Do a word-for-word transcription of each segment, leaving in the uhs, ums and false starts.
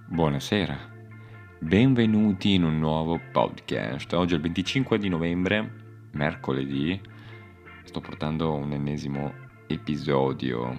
Buonasera, benvenuti in un nuovo podcast. Oggi è il venticinque di novembre, mercoledì, sto portando un ennesimo episodio.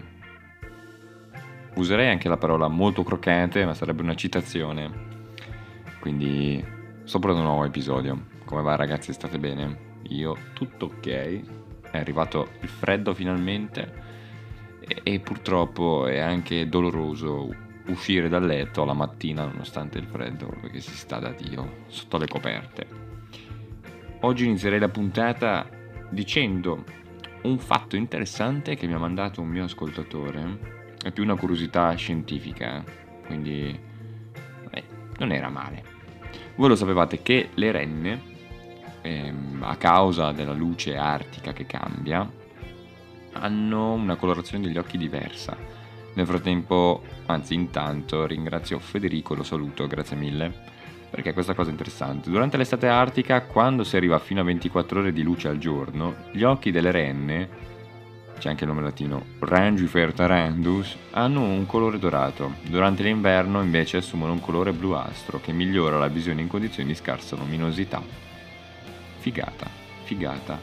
Userei anche la parola molto croccante, ma sarebbe una citazione. Quindi sto portando un nuovo episodio. Come va ragazzi, state bene? Io tutto ok, è arrivato il freddo finalmente e, e purtroppo è anche doloroso uscire dal letto la mattina nonostante il freddo, perché si sta da Dio sotto le coperte. Oggi inizierei la puntata dicendo un fatto interessante che mi ha mandato un mio ascoltatore, è più una curiosità scientifica, quindi eh, non era male. Voi lo sapevate che le renne, ehm, a causa della luce artica che cambia, hanno una colorazione degli occhi diversa. Nel frattempo, anzi intanto, ringrazio Federico, lo saluto, grazie mille, perché questa cosa è interessante. Durante l'estate artica, quando si arriva fino a ventiquattro ore di luce al giorno, gli occhi delle renne, c'è anche il nome latino, Rangifer tarandus, hanno un colore dorato. Durante l'inverno invece assumono un colore bluastro che migliora la visione in condizioni di scarsa luminosità. Figata, figata.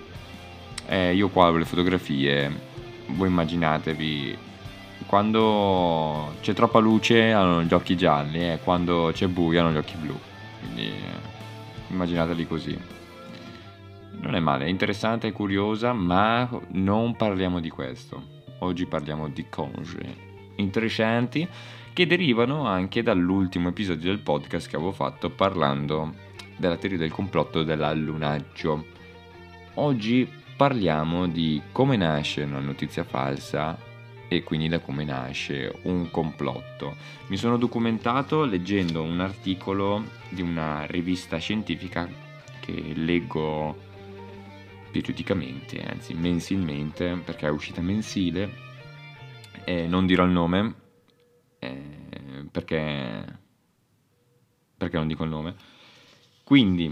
Eh, io qua ho le fotografie, voi immaginatevi, quando c'è troppa luce hanno gli occhi gialli e quando c'è buio hanno gli occhi blu, quindi eh, immaginateli così. Non è male, è interessante, è curiosa, ma non parliamo di questo. Oggi parliamo di cose interessanti che derivano anche dall'ultimo episodio del podcast che avevo fatto parlando della teoria del complotto dell'allunaggio. Oggi parliamo di come nasce una notizia falsa e quindi da come nasce un complotto. Mi sono documentato leggendo un articolo di una rivista scientifica che leggo periodicamente, anzi mensilmente, perché è uscita mensile, e non dirò il nome eh, perché perché non dico il nome. Quindi,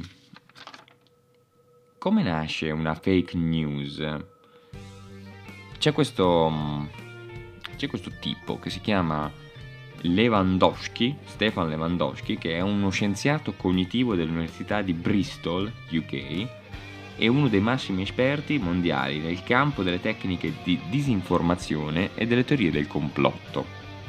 come nasce una fake news? C'è questo c'è questo tipo che si chiama Lewandowski, Stefan Lewandowski, che è uno scienziato cognitivo dell'Università di Bristol, U K, e uno dei massimi esperti mondiali nel campo delle tecniche di disinformazione e delle teorie del complotto.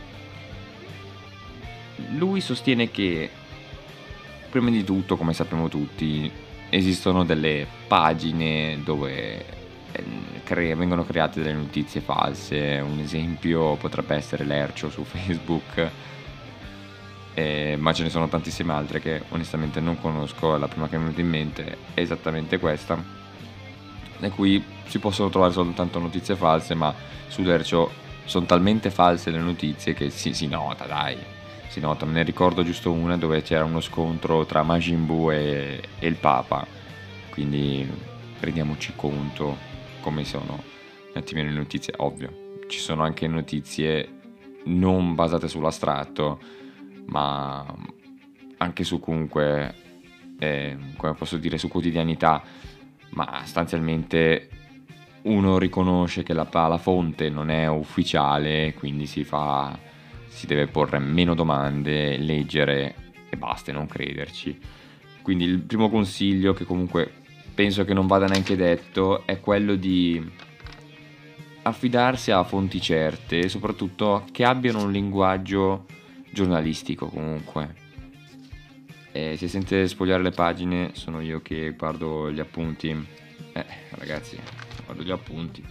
Lui sostiene che, prima di tutto, come sappiamo tutti, esistono delle pagine dove cre- vengono create delle notizie false. Un esempio potrebbe essere Lercio su Facebook, eh, ma ce ne sono tantissime altre che onestamente non conosco. La prima che mi è venuta in mente è esattamente questa, da cui si possono trovare soltanto notizie false, ma su Lercio sono talmente false le notizie che si, si nota, dai, si nota. Me ne ricordo giusto una dove c'era uno scontro tra Majin Buu e, e il Papa, quindi rendiamoci conto come sono un attimino le notizie. Ovvio, ci sono anche notizie non basate sull'astratto, ma anche su comunque, eh, come posso dire, su quotidianità, ma sostanzialmente uno riconosce che la, la fonte non è ufficiale, quindi si fa, si deve porre meno domande, leggere e basta, e non crederci. Quindi il primo consiglio, che comunque penso che non vada neanche detto, è quello di affidarsi a fonti certe e soprattutto che abbiano un linguaggio giornalistico comunque. E se sente spogliare le pagine sono io che guardo gli appunti. Eh ragazzi, guardo gli appunti.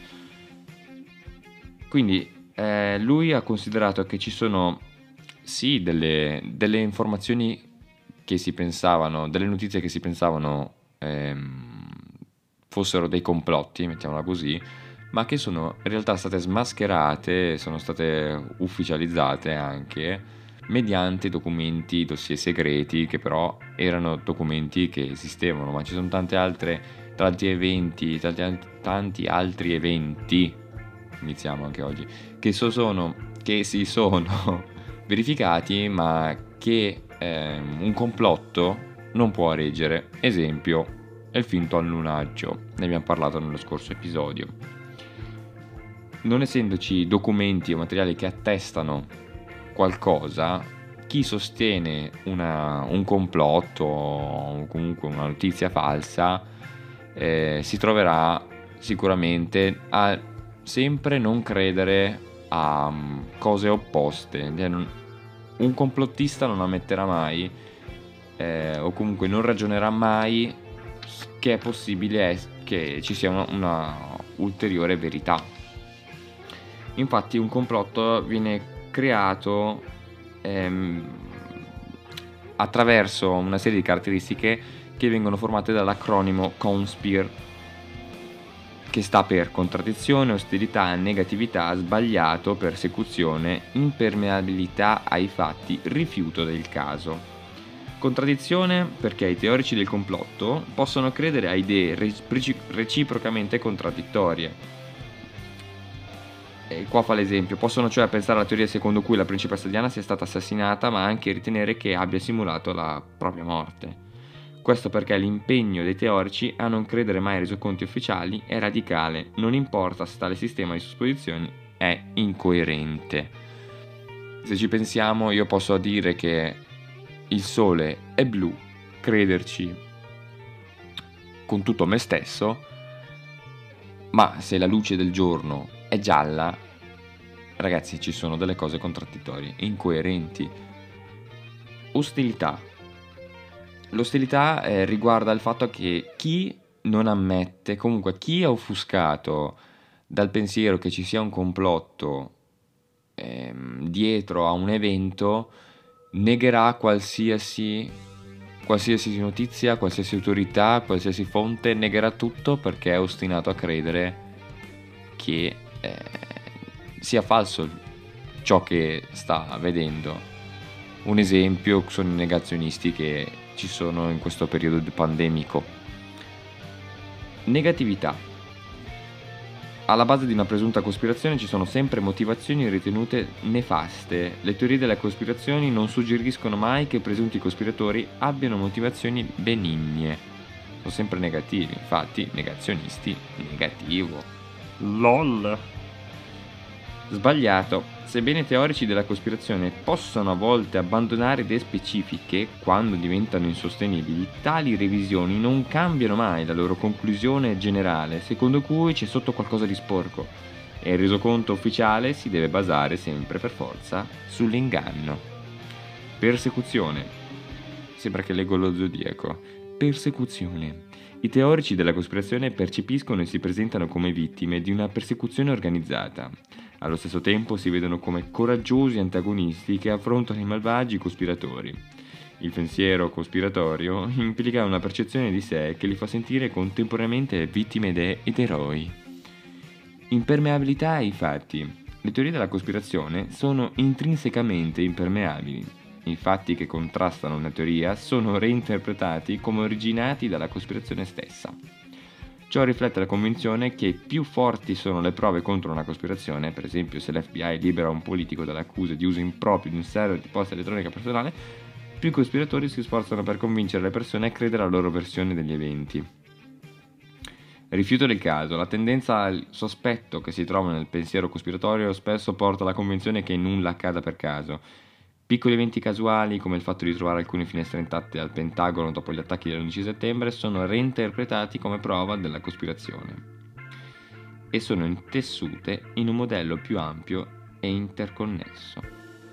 Quindi eh, lui ha considerato che ci sono sì delle, delle informazioni che si pensavano, delle notizie che si pensavano ehm, fossero dei complotti, mettiamola così, ma che sono in realtà state smascherate, sono state ufficializzate anche mediante documenti, dossier segreti, che però erano documenti che esistevano. Ma ci sono tante altre, tanti eventi, tanti, tanti altri eventi, iniziamo anche oggi, che, so sono, che si sono verificati, ma che eh, un complotto non può reggere. Esempio è il finto allunaggio, ne abbiamo parlato nello scorso episodio. Non essendoci documenti o materiali che attestano qualcosa, chi sostiene una, un complotto o comunque una notizia falsa eh, si troverà sicuramente a sempre non credere a um, cose opposte. Un complottista non ammetterà mai eh, o comunque non ragionerà mai che è possibile che ci sia una, una ulteriore verità. Infatti un complotto viene creato ehm, attraverso una serie di caratteristiche che vengono formate dall'acronimo CONSPIR, che sta per contraddizione, ostilità, negatività, sbagliato, persecuzione, impermeabilità ai fatti, rifiuto del caso. Contraddizione perché i teorici del complotto possono credere a idee reciprocamente contraddittorie. E qua fa l'esempio: possono cioè pensare alla teoria secondo cui la principessa Diana sia stata assassinata, ma anche ritenere che abbia simulato la propria morte. Questo perché l'impegno dei teorici a non credere mai ai resoconti ufficiali è radicale, non importa se tale sistema di supposizioni è incoerente. Se ci pensiamo, io posso dire che il sole è blu, crederci con tutto me stesso, ma se la luce del giorno è gialla, ragazzi, ci sono delle cose contraddittorie, incoerenti. Ostilità. L'ostilità eh, riguarda il fatto che chi non ammette, comunque chi è offuscato dal pensiero che ci sia un complotto ehm, dietro a un evento, negherà qualsiasi, qualsiasi notizia, qualsiasi autorità, qualsiasi fonte, negherà tutto perché è ostinato a credere che eh, sia falso ciò che sta vedendo. Un esempio sono i negazionisti che ci sono in questo periodo pandemico. Negatività. Alla base di una presunta cospirazione ci sono sempre motivazioni ritenute nefaste. Le teorie delle cospirazioni non suggeriscono mai che i presunti cospiratori abbiano motivazioni benigne. Sono sempre negativi, infatti negazionisti, negativo. LOL. Sbagliato. Sebbene i teorici della cospirazione possano a volte abbandonare idee specifiche quando diventano insostenibili, tali revisioni non cambiano mai la loro conclusione generale, secondo cui c'è sotto qualcosa di sporco, e il resoconto ufficiale si deve basare sempre per forza sull'inganno. Persecuzione. Sembra che leggo lo zodiaco. Persecuzione. I teorici della cospirazione percepiscono e si presentano come vittime di una persecuzione organizzata. Allo stesso tempo si vedono come coraggiosi antagonisti che affrontano i malvagi cospiratori. Il pensiero cospiratorio implica una percezione di sé che li fa sentire contemporaneamente vittime ed eroi. Impermeabilità ai fatti. Le teorie della cospirazione sono intrinsecamente impermeabili. I fatti che contrastano una teoria sono reinterpretati come originati dalla cospirazione stessa. Ciò riflette la convinzione che più forti sono le prove contro una cospirazione, per esempio se l'F B I libera un politico dall'accusa di uso improprio di un server di posta elettronica personale, più i cospiratori si sforzano per convincere le persone a credere alla loro versione degli eventi. Rifiuto del caso. La tendenza al sospetto che si trova nel pensiero cospiratorio spesso porta alla convinzione che nulla accada per caso. Piccoli eventi casuali, come il fatto di trovare alcune finestre intatte al Pentagono dopo gli attacchi dell'undici settembre, sono reinterpretati come prova della cospirazione e sono intessute in un modello più ampio e interconnesso.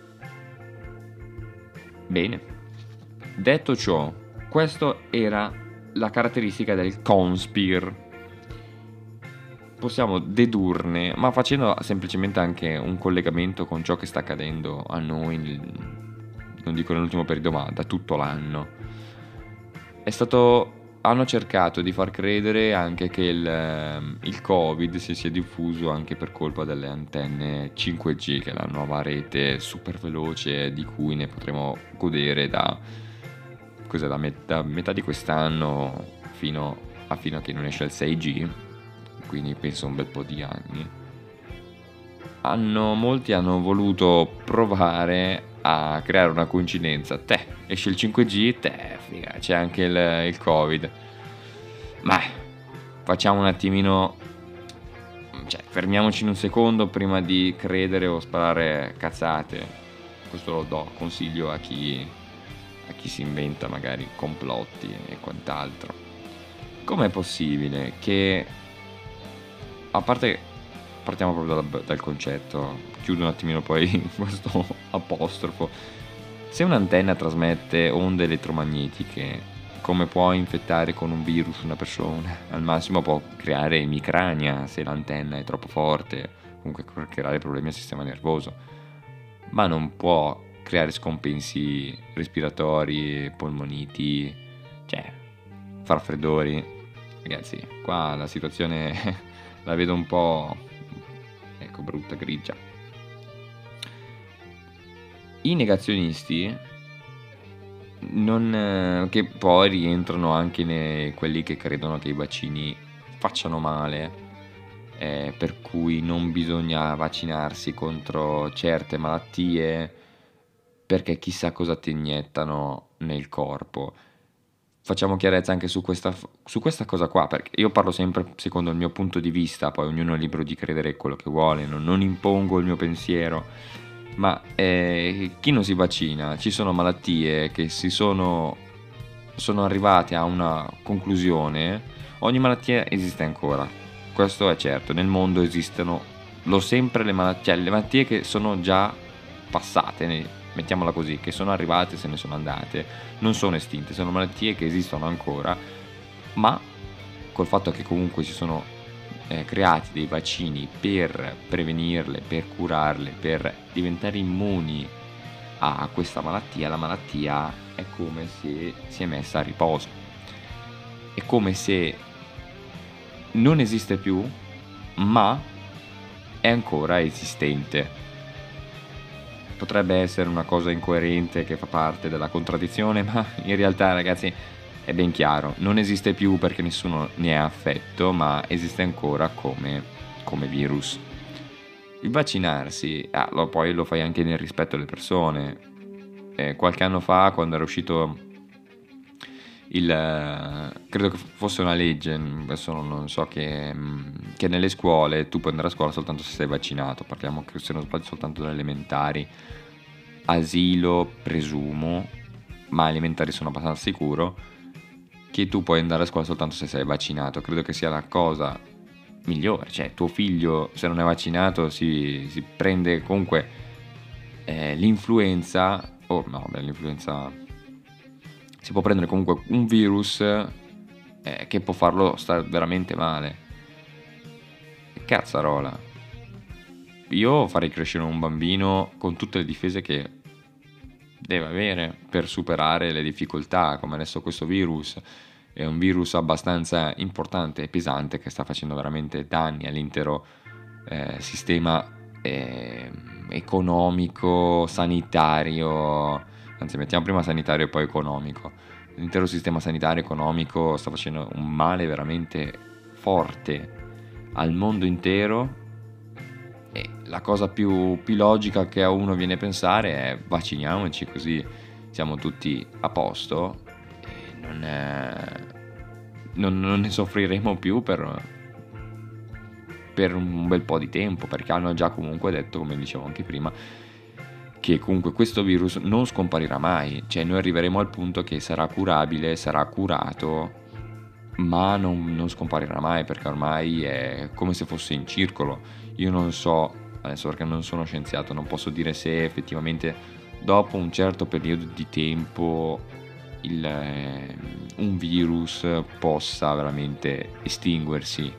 Bene, detto ciò, questa era la caratteristica del conspir. Possiamo dedurne, ma facendo semplicemente anche un collegamento con ciò che sta accadendo a noi, non dico nell'ultimo periodo, ma da tutto l'anno. È stato, hanno cercato di far credere anche che il, il Covid si sia diffuso anche per colpa delle antenne cinque G, che è la nuova rete super veloce di cui ne potremo godere da, cos'è, da, met- da metà di quest'anno fino a, fino a che non esce il sei G. Quindi penso un bel po' di anni. Hanno, molti hanno voluto provare a creare una coincidenza. Te, esce il cinque G, te, figa, c'è anche il, il Covid. Ma facciamo un attimino, cioè fermiamoci in un secondo prima di credere o sparare cazzate. questo lo do consiglio a chi, a chi si inventa magari complotti e quant'altro. Com'è possibile che, a parte, partiamo proprio dal, dal concetto, chiudo un attimino poi questo apostrofo, se un'antenna trasmette onde elettromagnetiche, come può infettare con un virus una persona? Al massimo può creare emicrania se l'antenna è troppo forte, comunque creare problemi al sistema nervoso, ma non può creare scompensi respiratori, polmoniti, cioè far freddori. Ragazzi, qua la situazione la vedo un po', ecco, brutta, grigia. I negazionisti, non, che poi rientrano anche nei, quelli che credono che i vaccini facciano male, eh, per cui non bisogna vaccinarsi contro certe malattie perché chissà cosa ti iniettano nel corpo. Facciamo chiarezza anche su questa, su questa cosa qua, perché io parlo sempre secondo il mio punto di vista, poi ognuno è libero di credere quello che vuole, non, non impongo il mio pensiero, ma eh, chi non si vaccina, ci sono malattie che si sono, sono arrivate a una conclusione, ogni malattia esiste ancora, questo è certo, nel mondo esistono lo sempre le malattie, le malattie che sono già passate, mettiamola così, che sono arrivate, se ne sono andate, non sono estinte, sono malattie che esistono ancora, ma col fatto che comunque si sono eh, creati dei vaccini per prevenirle, per curarle, per diventare immuni a questa malattia, la malattia è come se si è messa a riposo, è come se non esiste più, ma è ancora esistente. Potrebbe essere una cosa incoerente che fa parte della contraddizione, ma in realtà, ragazzi, è ben chiaro, non esiste più perché nessuno ne è affetto, ma esiste ancora come, come virus. Il vaccinarsi, ah, lo, poi lo fai anche nel rispetto delle persone. Eh, qualche anno fa, quando era uscito il, credo che fosse una legge, adesso non so, che, che nelle scuole tu puoi andare a scuola soltanto se sei vaccinato, parliamo, se non sbaglio, soltanto delle elementari, asilo presumo, ma elementari sono abbastanza sicuro che tu puoi andare a scuola soltanto se sei vaccinato. Credo che sia la cosa migliore, cioè tuo figlio se non è vaccinato si, si prende comunque eh, l'influenza, o oh, no, beh, l'influenza si può prendere comunque un virus eh, che può farlo stare veramente male. Cazzarola, io farei crescere un bambino con tutte le difese che deve avere per superare le difficoltà, come adesso questo virus è un virus abbastanza importante e pesante che sta facendo veramente danni all'intero eh, sistema eh, economico, sanitario, anzi mettiamo prima sanitario e poi economico. L'intero sistema sanitario economico sta facendo un male veramente forte al mondo intero, e la cosa più, più logica che a uno viene a pensare è vacciniamoci così siamo tutti a posto e non, è, non, non ne soffriremo più per, per un bel po' di tempo, perché hanno già comunque detto, come dicevo anche prima, che comunque questo virus non scomparirà mai, cioè noi arriveremo al punto che sarà curabile, sarà curato, ma non, non scomparirà mai, perché ormai è come se fosse in circolo. Io non so, adesso perché non sono scienziato, non posso dire se effettivamente dopo un certo periodo di tempo il, eh, un virus possa veramente estinguersi,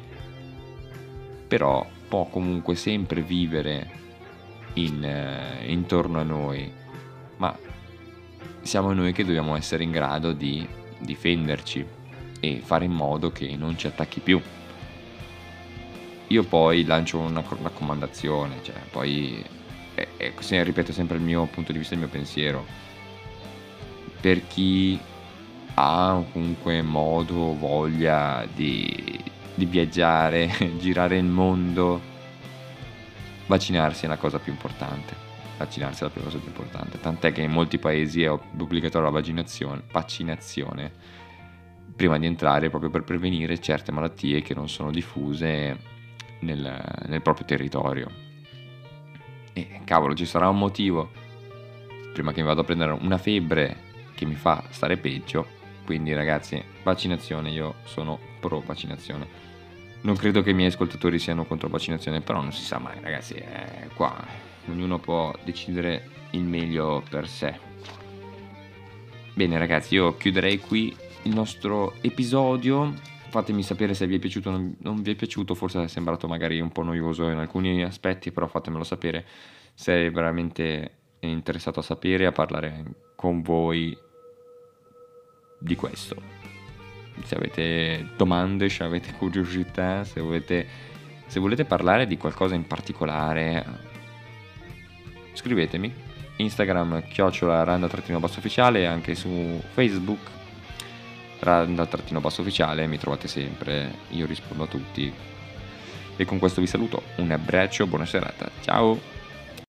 però può comunque sempre vivere in, eh, intorno a noi, ma siamo noi che dobbiamo essere in grado di difenderci e fare in modo che non ci attacchi più. Io poi lancio una raccomandazione, cioè poi eh, eh, ripeto sempre il mio punto di vista, il mio pensiero. Per chi ha comunque modo, voglia di, di viaggiare, girare il mondo, vaccinarsi è la cosa più importante. Vaccinarsi è la cosa più importante. Tant'è che in molti paesi è obbligatoria la vaccinazione, vaccinazione prima di entrare, proprio per prevenire certe malattie che non sono diffuse nel, nel proprio territorio. E cavolo, ci sarà un motivo prima che mi vado a prendere una febbre che mi fa stare peggio. Quindi ragazzi, vaccinazione, io sono pro vaccinazione. Non credo che i miei ascoltatori siano contro vaccinazione, però non si sa mai ragazzi, eh, qua ognuno può decidere il meglio per sé. Bene ragazzi, io chiuderei qui il nostro episodio. Fatemi sapere se vi è piaciuto o non, non vi è piaciuto, forse è sembrato magari un po' noioso in alcuni aspetti, però fatemelo sapere se è veramente interessato a sapere, a parlare con voi di questo. Se avete domande, se avete curiosità, se volete, se volete parlare di qualcosa in particolare, scrivetemi. Instagram chiocciola randa-basso ufficiale, anche su Facebook randa-basso ufficiale, mi trovate sempre, io rispondo a tutti. E con questo vi saluto, un abbraccio, buona serata, ciao!